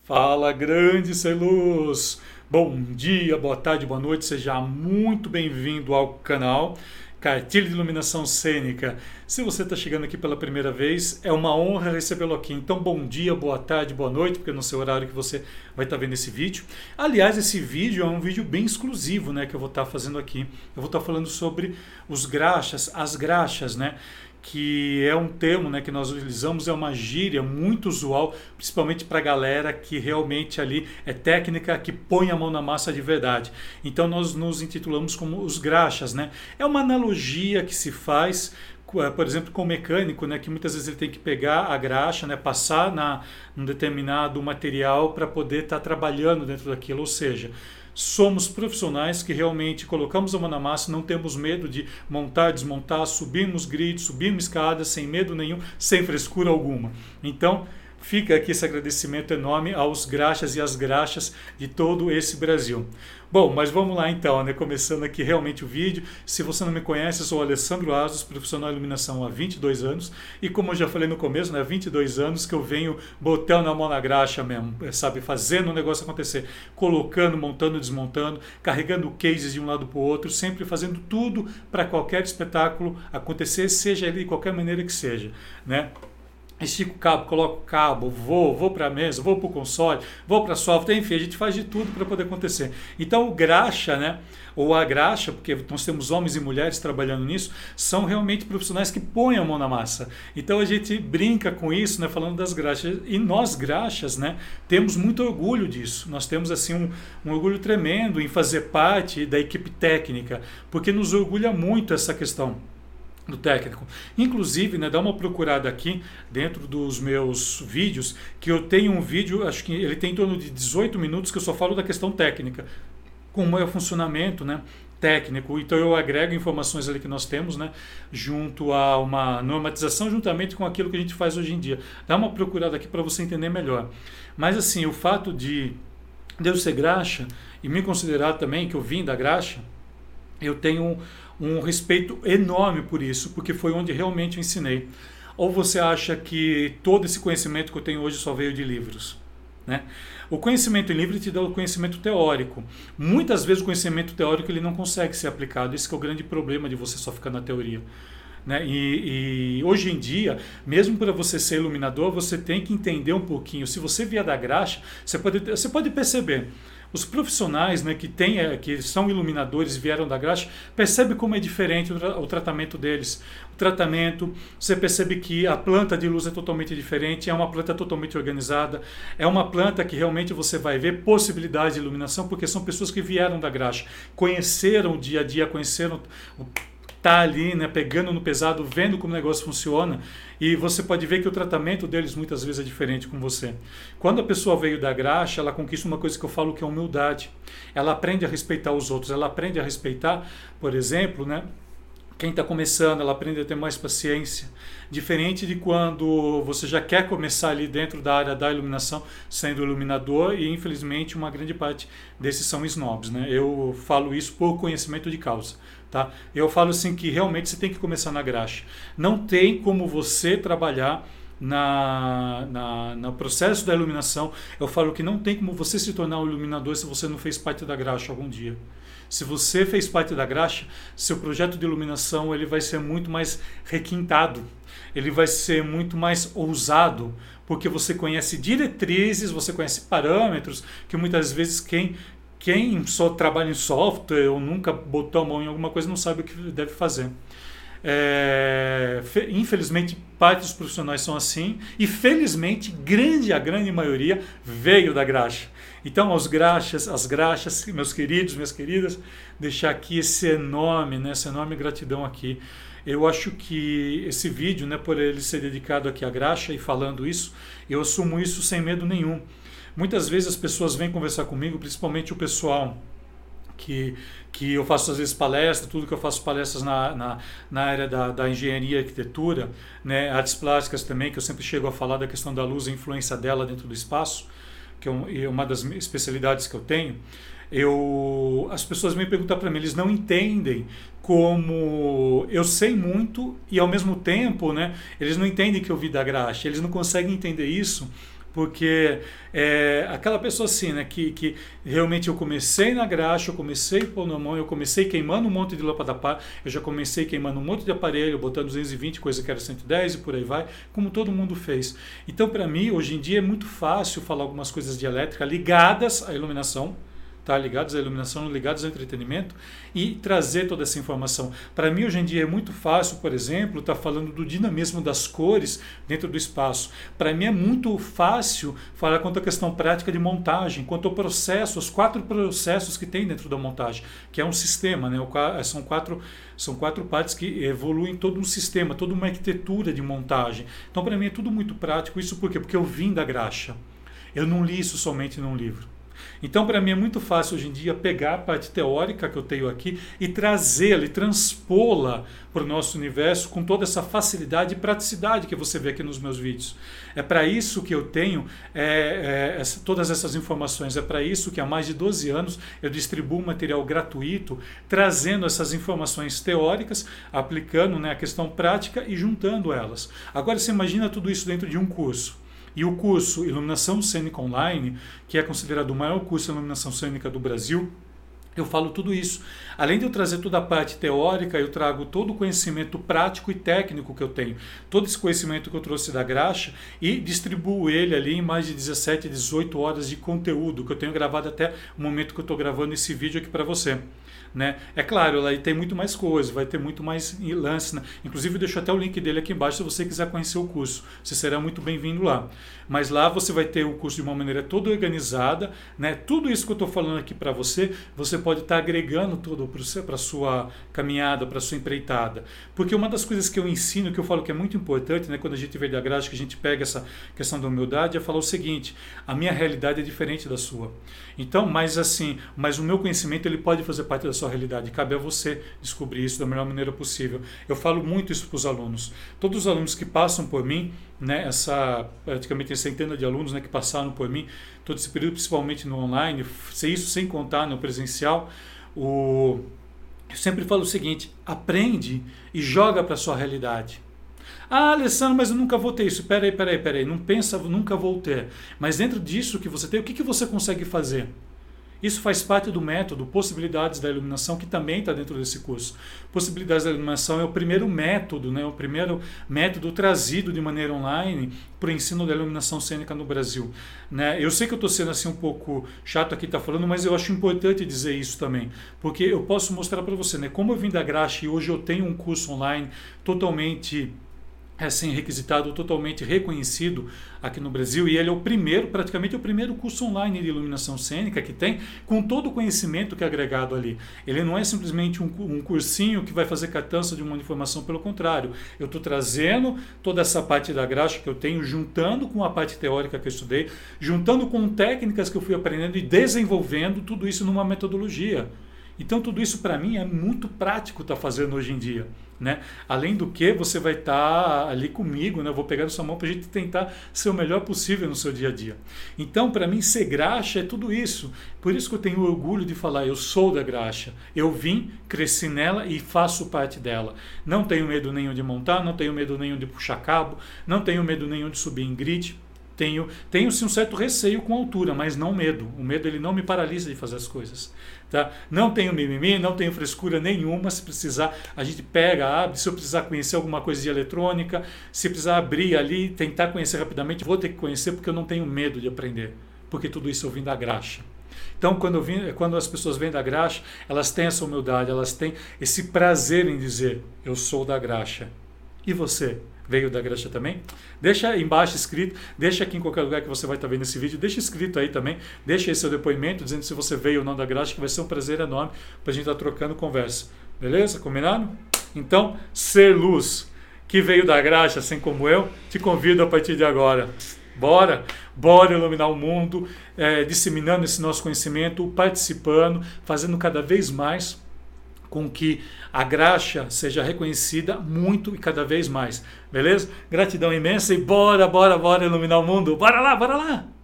Fala, grande ser luz! Bom dia, boa tarde, boa noite, seja muito bem-vindo ao canal Cartilha de Iluminação Cênica. Se você está chegando aqui pela primeira vez, é uma honra recebê-lo aqui. Então, bom dia, boa tarde, boa noite, porque no seu horário que você vai estar vendo esse vídeo. Aliás, esse vídeo é um vídeo bem exclusivo, né, que eu vou estar fazendo aqui. Eu vou estar falando sobre os graxas, as graxas, né? Que é um termo, né, que nós utilizamos, é uma gíria muito usual, principalmente para a galera que realmente ali é técnica, que põe a mão na massa de verdade. Então nós nos intitulamos como os graxas, né? É uma analogia que se faz, por exemplo, com o mecânico, né, que muitas vezes ele tem que pegar a graxa, né, passar num determinado material para poder estar trabalhando dentro daquilo, ou seja, somos profissionais que realmente colocamos a mão na massa, não temos medo de montar, desmontar, subirmos grids, subirmos escadas, sem medo nenhum, sem frescura alguma. Então, fica aqui esse agradecimento enorme aos graxas e às graxas de todo esse Brasil. Bom, mas vamos lá então, né? Começando aqui realmente o vídeo. Se você não me conhece, eu sou o Alessandro Asos, profissional de iluminação há 22 anos. E como eu já falei no começo, né? 22 anos que eu venho botando a mão na graxa mesmo, sabe? Fazendo o negócio acontecer. Colocando, montando, desmontando, carregando cases de um lado para o outro, sempre fazendo tudo para qualquer espetáculo acontecer, seja ele de qualquer maneira que seja, né? Estico o cabo, coloco o cabo, vou para a mesa, vou para o console, vou para a software, enfim, a gente faz de tudo para poder acontecer. Então o graxa, né, ou a graxa, porque nós temos homens e mulheres trabalhando nisso, são realmente profissionais que põem a mão na massa. Então a gente brinca com isso, né, falando das graxas. E nós graxas, né, temos muito orgulho disso. Nós temos assim um orgulho tremendo em fazer parte da equipe técnica, porque nos orgulha muito essa questão do técnico. Inclusive, né, dá uma procurada aqui dentro dos meus vídeos, que eu tenho um vídeo, acho que ele tem em torno de 18 minutos, que eu só falo da questão técnica, como é o funcionamento, né, técnico. Então eu agrego informações ali que nós temos, né, junto a uma normatização, juntamente com aquilo que a gente faz hoje em dia. Dá uma procurada aqui para você entender melhor. Mas assim, o fato de eu ser graxa e me considerar também que eu vim da graxa, eu tenho um respeito enorme por isso, porque foi onde realmente eu ensinei. Ou você acha que todo esse conhecimento que eu tenho hoje só veio de livros? Né? O conhecimento em livro te dá o conhecimento teórico. Muitas vezes o conhecimento teórico ele não consegue ser aplicado. Esse que é o grande problema de você só ficar na teoria. Né? E hoje em dia, mesmo para você ser iluminador, você tem que entender um pouquinho. Se você vier da graxa, você pode perceber. Os profissionais, né, que são iluminadores e vieram da graxa, percebe como é diferente o tratamento deles. O tratamento, você percebe que a planta de luz é totalmente diferente, é uma planta totalmente organizada, é uma planta que realmente você vai ver possibilidade de iluminação, porque são pessoas que vieram da graxa, conheceram o dia a dia, conheceram tá ali, né, pegando no pesado, vendo como o negócio funciona, e você pode ver que o tratamento deles muitas vezes é diferente com você. Quando a pessoa veio da graxa, ela conquista uma coisa que eu falo que é humildade. Ela aprende a respeitar os outros, ela aprende a respeitar, por exemplo, né, quem está começando, ela aprende a ter mais paciência. Diferente de quando você já quer começar ali dentro da área da iluminação, sendo iluminador, e infelizmente uma grande parte desses são snobs, né? Eu falo isso por conhecimento de causa. Tá? Eu falo assim que realmente você tem que começar na graxa. Não tem como você trabalhar no processo da iluminação. Eu falo que não tem como você se tornar um iluminador se você não fez parte da graxa algum dia. Se você fez parte da graxa, seu projeto de iluminação ele vai ser muito mais requintado, ele vai ser muito mais ousado, porque você conhece diretrizes, você conhece parâmetros que muitas vezes quem só trabalha em software ou nunca botou a mão em alguma coisa não sabe o que deve fazer. Infelizmente, parte dos profissionais são assim e felizmente, a grande maioria veio da graxa. Então, as graxas, meus queridos, minhas queridas, deixar aqui essa enorme gratidão aqui. Eu acho que esse vídeo, né, por ele ser dedicado aqui à graxa e falando isso, eu assumo isso sem medo nenhum. Muitas vezes as pessoas vêm conversar comigo, principalmente o pessoal que eu faço às vezes palestras, tudo que eu faço palestras na área da engenharia e arquitetura, né, artes plásticas também, que eu sempre chego a falar da questão da luz e a influência dela dentro do espaço, que é uma das especialidades que eu tenho. As pessoas me perguntam para mim, eles não entendem como eu sei muito e ao mesmo tempo, né, eles não entendem que eu vi da graxa, eles não conseguem entender isso porque aquela pessoa assim, né, que realmente eu comecei na graxa, eu comecei pôr na mão, eu comecei queimando um monte de lâmpada par, eu já comecei queimando um monte de aparelho, botando 220, coisa que era 110 e por aí vai, como todo mundo fez. Então, para mim, hoje em dia é muito fácil falar algumas coisas de elétrica ligadas à iluminação, tá? Ligados à iluminação, ligados ao entretenimento e trazer toda essa informação. Para mim, hoje em dia, é muito fácil, por exemplo, estar falando do dinamismo das cores dentro do espaço. Para mim, é muito fácil falar quanto à questão prática de montagem, quanto ao processo, os 4 processos que tem dentro da montagem, que é um sistema, né? São quatro partes que evoluem todo um sistema, toda uma arquitetura de montagem. Então, para mim, é tudo muito prático. Isso por quê? Porque eu vim da graxa. Eu não li isso somente num livro. Então, para mim é muito fácil hoje em dia pegar a parte teórica que eu tenho aqui e trazê-la e transpô-la para o nosso universo com toda essa facilidade e praticidade que você vê aqui nos meus vídeos. É para isso que eu tenho todas essas informações, é para isso que há mais de 12 anos eu distribuo material gratuito, trazendo essas informações teóricas, aplicando, né, a questão prática e juntando elas. Agora você imagina tudo isso dentro de um curso. E o curso Iluminação Cênica Online, que é considerado o maior curso de iluminação cênica do Brasil, eu falo tudo isso. Além de eu trazer toda a parte teórica, eu trago todo o conhecimento prático e técnico que eu tenho. Todo esse conhecimento que eu trouxe da graxa e distribuo ele ali em mais de 17, 18 horas de conteúdo que eu tenho gravado até o momento que eu estou gravando esse vídeo aqui para você. Né? É claro, lá tem muito mais coisa, vai ter muito mais lance, né? Inclusive eu deixo até o link dele aqui embaixo se você quiser conhecer o curso, você será muito bem-vindo lá. Mas lá você vai ter o curso de uma maneira toda organizada, né? Tudo isso que eu estou falando aqui para você, você pode estar agregando tudo para a sua caminhada, para a sua empreitada. Porque uma das coisas que eu ensino, que eu falo que é muito importante, né? Quando a gente vem da graxa, que a gente pega essa questão da humildade, é falar o seguinte: a minha realidade é diferente da sua. Então, mas o meu conhecimento ele pode fazer parte da sua realidade. Cabe a você descobrir isso da melhor maneira possível. Eu falo muito isso para os alunos. Todos os alunos que passam por mim, né, praticamente centena de alunos, né, que passaram por mim, todo esse período, principalmente no online, isso sem contar no presencial, eu sempre falo o seguinte: aprende e joga para a sua realidade. Ah, Alessandro, mas eu nunca vou ter isso. Peraí. Não pensa, nunca vou ter. Mas dentro disso que você tem, o que você consegue fazer? Isso faz parte do método Possibilidades da Iluminação, que também está dentro desse curso. Possibilidades da Iluminação é o primeiro método, né? O primeiro método trazido de maneira online para o ensino da iluminação cênica no Brasil. Né? Eu sei que eu estou sendo assim um pouco chato aqui estar falando, mas eu acho importante dizer isso também, porque eu posso mostrar para você, né? Como eu vim da graxa e hoje eu tenho um curso online totalmente assim, requisitado, totalmente reconhecido aqui no Brasil, e ele é praticamente o primeiro curso online de iluminação cênica que tem, com todo o conhecimento que é agregado ali. Ele não é simplesmente um cursinho que vai fazer catança de uma informação, pelo contrário, eu estou trazendo toda essa parte da graxa que eu tenho, juntando com a parte teórica que eu estudei, juntando com técnicas que eu fui aprendendo e desenvolvendo tudo isso numa metodologia. Então tudo isso para mim é muito prático estar fazendo hoje em dia, né? Além do que você vai estar ali comigo, né? Eu vou pegar na sua mão para a gente tentar ser o melhor possível no seu dia a dia. Então para mim ser graxa é tudo isso. Por isso que eu tenho orgulho de falar, eu sou da graxa. Eu vim, cresci nela e faço parte dela. Não tenho medo nenhum de montar, não tenho medo nenhum de puxar cabo, não tenho medo nenhum de subir em grid. Tenho sim um certo receio com a altura, mas não medo. O medo ele não me paralisa de fazer as coisas. Tá? Não tenho mimimi, não tenho frescura nenhuma. Se precisar, a gente pega, abre. Se eu precisar conhecer alguma coisa de eletrônica, se precisar abrir ali, tentar conhecer rapidamente, vou ter que conhecer porque eu não tenho medo de aprender. Porque tudo isso eu vim da graxa. Então, quando as pessoas vêm da graxa, elas têm essa humildade, elas têm esse prazer em dizer, eu sou da graxa. E você? Veio da graxa também? Deixa aí embaixo escrito, deixa aqui em qualquer lugar que você vai estar vendo esse vídeo, deixa escrito aí também, deixa aí seu depoimento dizendo se você veio ou não da graxa, que vai ser um prazer enorme para a gente estar trocando conversa. Beleza? Combinado? Então, ser luz que veio da graxa, assim como eu, te convido a partir de agora. Bora iluminar o mundo, disseminando esse nosso conhecimento, participando, fazendo cada vez mais com que a graxa seja reconhecida muito e cada vez mais. Beleza? Gratidão imensa e bora iluminar o mundo. Bora lá!